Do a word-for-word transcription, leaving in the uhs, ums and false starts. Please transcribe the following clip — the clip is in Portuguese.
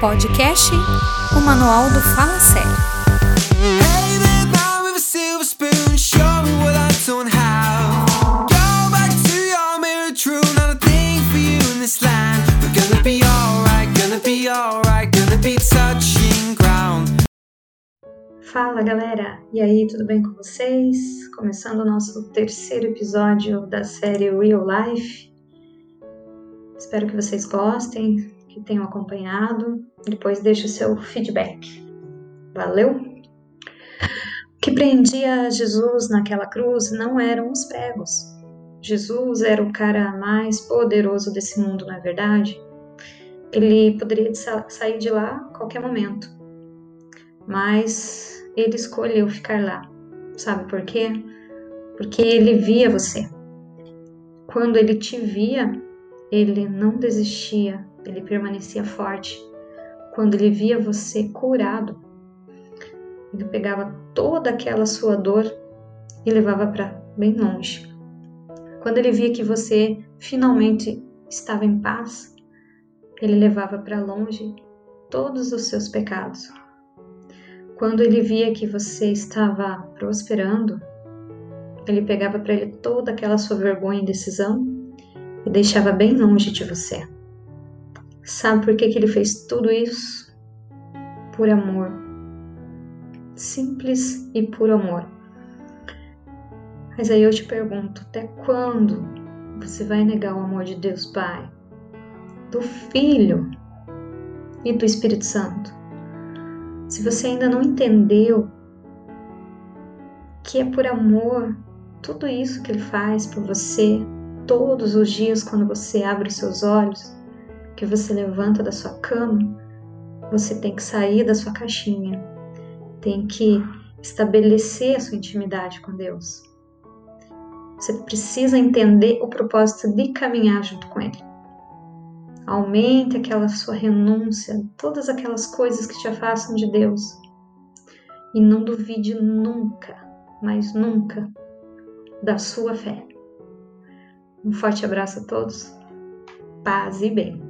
Podcast O Manual do Fala Sério. Hey there, man with a silver spoon, show me what I don't have. Go back to your mirror, true, not a thing for you in this land. We're gonna be alright, gonna be alright, gonna be touching ground. Fala galera, e aí, tudo bem com vocês? Começando o nosso terceiro episódio da série Real Life. Espero que vocês gostem, que tenham acompanhado. Depois deixe o seu feedback. Valeu? O que prendia Jesus naquela cruz não eram os pregos. Jesus era o cara mais poderoso desse mundo, não é verdade? Ele poderia sa- sair de lá a qualquer momento. Mas ele escolheu ficar lá. Sabe por quê? Porque ele via você. Quando ele te via, ele não desistia, ele permanecia forte. Quando ele via você curado, ele pegava toda aquela sua dor e levava para bem longe. Quando ele via que você finalmente estava em paz, ele levava para longe todos os seus pecados. Quando ele via que você estava prosperando, ele pegava para ele toda aquela sua vergonha e indecisão e deixava bem longe de você. Sabe por que que ele fez tudo isso? Por amor. Simples e por amor. Mas aí eu te pergunto, até quando você vai negar o amor de Deus Pai, do Filho e do Espírito Santo? Se você ainda não entendeu que é por amor, tudo isso que Ele faz por você, todos os dias quando você abre os seus olhos, que você levanta da sua cama, você tem que sair da sua caixinha, tem que estabelecer a sua intimidade com Deus. Você precisa entender o propósito de caminhar junto com Ele. Aumente aquela sua renúncia, todas aquelas coisas que te afastam de Deus. E não duvide nunca, mas nunca, da sua fé. Um forte abraço a todos, paz e bem.